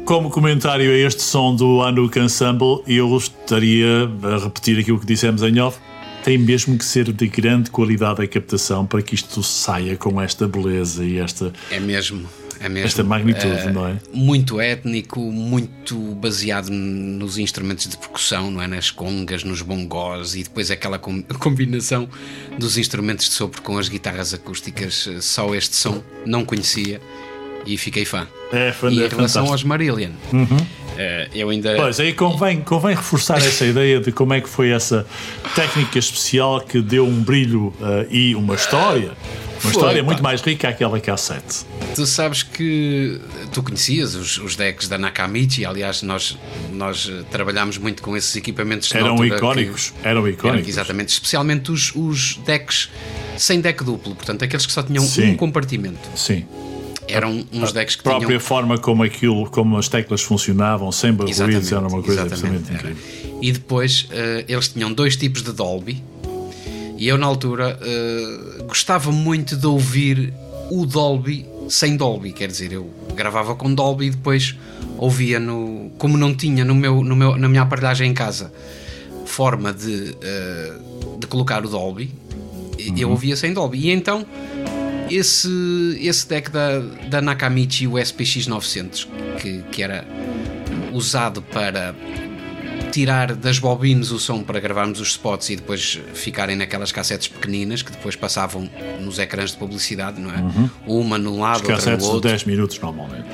como comentário a este som do Anuk Ensemble, eu estaria a repetir aquilo que dissemos em off. Tem mesmo que ser de grande qualidade a captação para que isto saia com esta beleza e esta... É mesmo. É mesmo. Esta magnitude, uh, não é? Muito étnico, muito baseado nos instrumentos de percussão, não é? Nas congas, nos bongós, e depois aquela com, combinação dos instrumentos de sopro com as guitarras acústicas. Só este som não conhecia e fiquei fã. É, fã e em é relação fantástico. aos Marillion, uhum. uh, eu ainda... Pois, aí convém, convém reforçar essa ideia de como é que foi essa técnica especial que deu um brilho uh, e uma história. Uma Foi, história pá. muito mais rica àquela cassete. Tu sabes que tu conhecias os, os decks da Nakamichi, aliás, nós, nós trabalhámos muito com esses equipamentos. na Eram altura icónicos. que- Eram icónicos. Eram, exatamente, especialmente os, os decks sem deck duplo, portanto, aqueles que só tinham Sim. um compartimento. Sim. Eram uns decks que A própria tinham. forma como aquilo, como as teclas funcionavam, sem barulhos, Exatamente, era uma coisa exatamente, absolutamente era. incrível. E depois eh, eles tinham dois tipos de Dolby, e eu na altura eh, gostava muito de ouvir o Dolby sem Dolby, quer dizer, eu gravava com Dolby e depois ouvia no, como não tinha no meu, no meu, na minha aparelhagem em casa forma de, eh, de colocar o Dolby, Uhum. eu ouvia sem Dolby. E então esse, esse deck da, da Nakamichi, o S P X novecentos, que, que era usado para tirar das bobines o som para gravarmos os spots e depois ficarem naquelas cassetes pequeninas que depois passavam nos ecrãs de publicidade, não é? Uhum. Uma num lado, Os outra cassetes no de outro. dez minutos normalmente.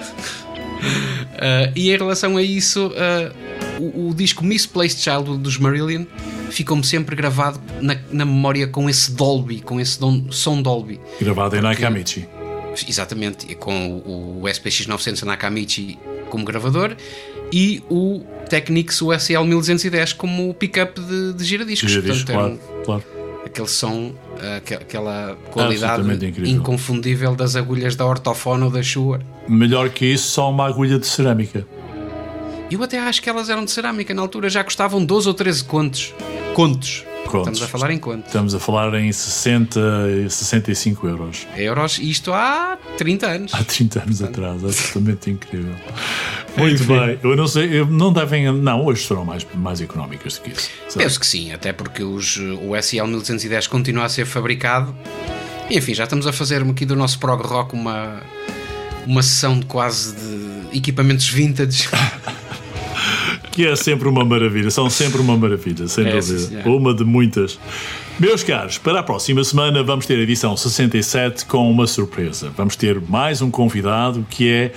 Uh, e em relação a isso, uh, o, o disco Misplaced Child dos Marillion ficou-me sempre gravado na, na memória com esse Dolby, com esse don, som Dolby. Gravado em Porque- Nakamichi. Exatamente, e com o, o S P X novecentos Nakamichi como gravador e o Technics U S L mil duzentos e dez como pick-up de, de giradiscos. Giradiscos, Portanto, era claro, um- claro. aquele som, uh, aque- aquela qualidade Absolutamente incrível. inconfundível das agulhas da Ortofone ou da Shure. Melhor que isso, só uma agulha de cerâmica. Eu até acho que elas eram de cerâmica, na altura já custavam doze ou treze contos. Contos. Contos. Estamos a falar em contos. Estamos a falar em sessenta, sessenta e cinco euros. Euros, isto há trinta anos. Há trinta anos atrás, absolutamente incrível. Muito bem, eu não sei, eu não devem, não, hoje serão mais, mais económicas do que isso. Sabe? Penso que sim, até porque os, o S L mil duzentos e dez continua a ser fabricado. E, enfim, já estamos a fazer aqui do nosso prog rock uma, uma sessão de quase de equipamentos vintage. Que é sempre uma maravilha, são sempre uma maravilha, sem É, dúvida. sim, senhor. Uma de muitas. Meus caros, para a próxima semana vamos ter a edição sessenta e sete com uma surpresa. Vamos ter mais um convidado que é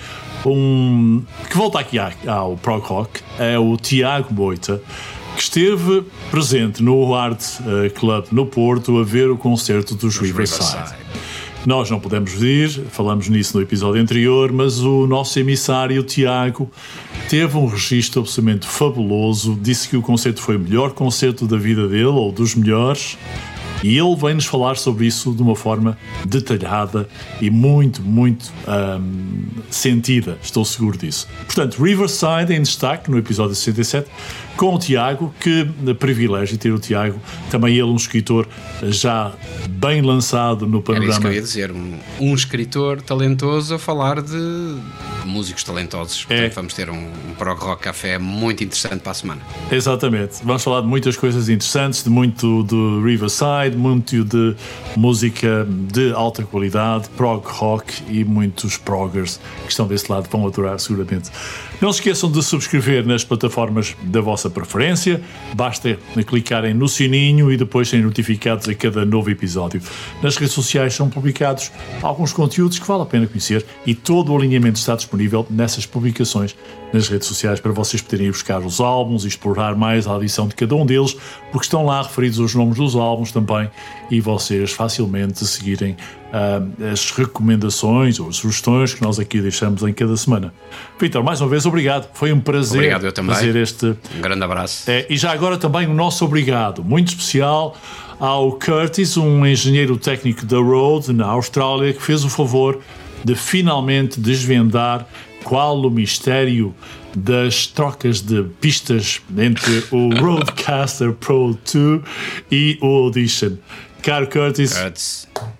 um. que volta aqui ao Prog Rock, é o Tiago Moita, que esteve presente no Art uh, Club no Porto a ver o concerto dos Riverside. Riverside. Nós não podemos ir, falamos nisso no episódio anterior, mas o nosso emissário Tiago teve um registro absolutamente fabuloso, disse que o concerto foi o melhor concerto da vida dele, ou dos melhores, e ele vem-nos falar sobre isso de uma forma detalhada e muito, muito hum, sentida, estou seguro disso. Portanto, Riverside em destaque no episódio sessenta e sete, com o Tiago, que privilégio ter o Tiago, também ele um escritor já bem lançado no Era isso que panorama. eu ia dizer. Um, um escritor talentoso a falar de músicos talentosos. Portanto, É. vamos ter um, um prog rock café muito interessante para a semana. Exatamente, vamos falar de muitas coisas interessantes, de muito de Riverside, muito de música de alta qualidade, prog rock, e muitos proggers que estão desse lado vão adorar seguramente. Não se esqueçam de subscrever nas plataformas da vossa preferência, basta clicarem no sininho e depois serem notificados a cada novo episódio. Nas redes sociais são publicados alguns conteúdos que vale a pena conhecer e todo o alinhamento está disponível nessas publicações nas redes sociais para vocês poderem ir buscar os álbuns e explorar mais a audição de cada um deles, porque estão lá referidos os nomes dos álbuns também e vocês facilmente seguirem uh, as recomendações ou as sugestões que nós aqui deixamos em cada semana. Vítor, mais uma vez, obrigado. Foi um prazer Obrigado, eu também. fazer este... Um grande abraço. É, e já agora também o nosso obrigado, muito especial, ao Curtis, um engenheiro técnico da Rode, na Austrália, que fez o favor de finalmente desvendar qual o mistério das trocas de pistas entre o Rodecaster Pro dois e o Audition. Caro Curtis, Curtis.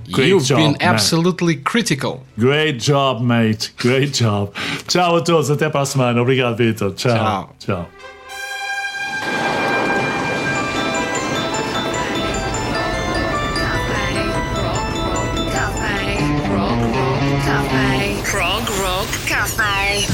Great You've job, been man. absolutely critical. Great job, mate. Great job. Tchau a todos. Até para a semana. Obrigado, Vitor. Tchau. Tchau. Tchau. Prog Rock Cafe.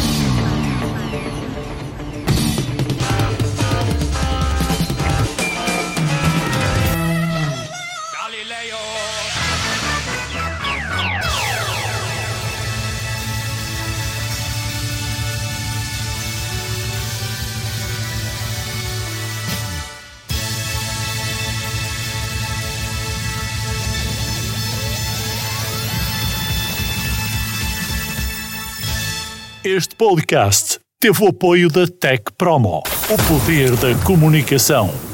Este podcast teve o apoio da Tech Promo, o poder da comunicação.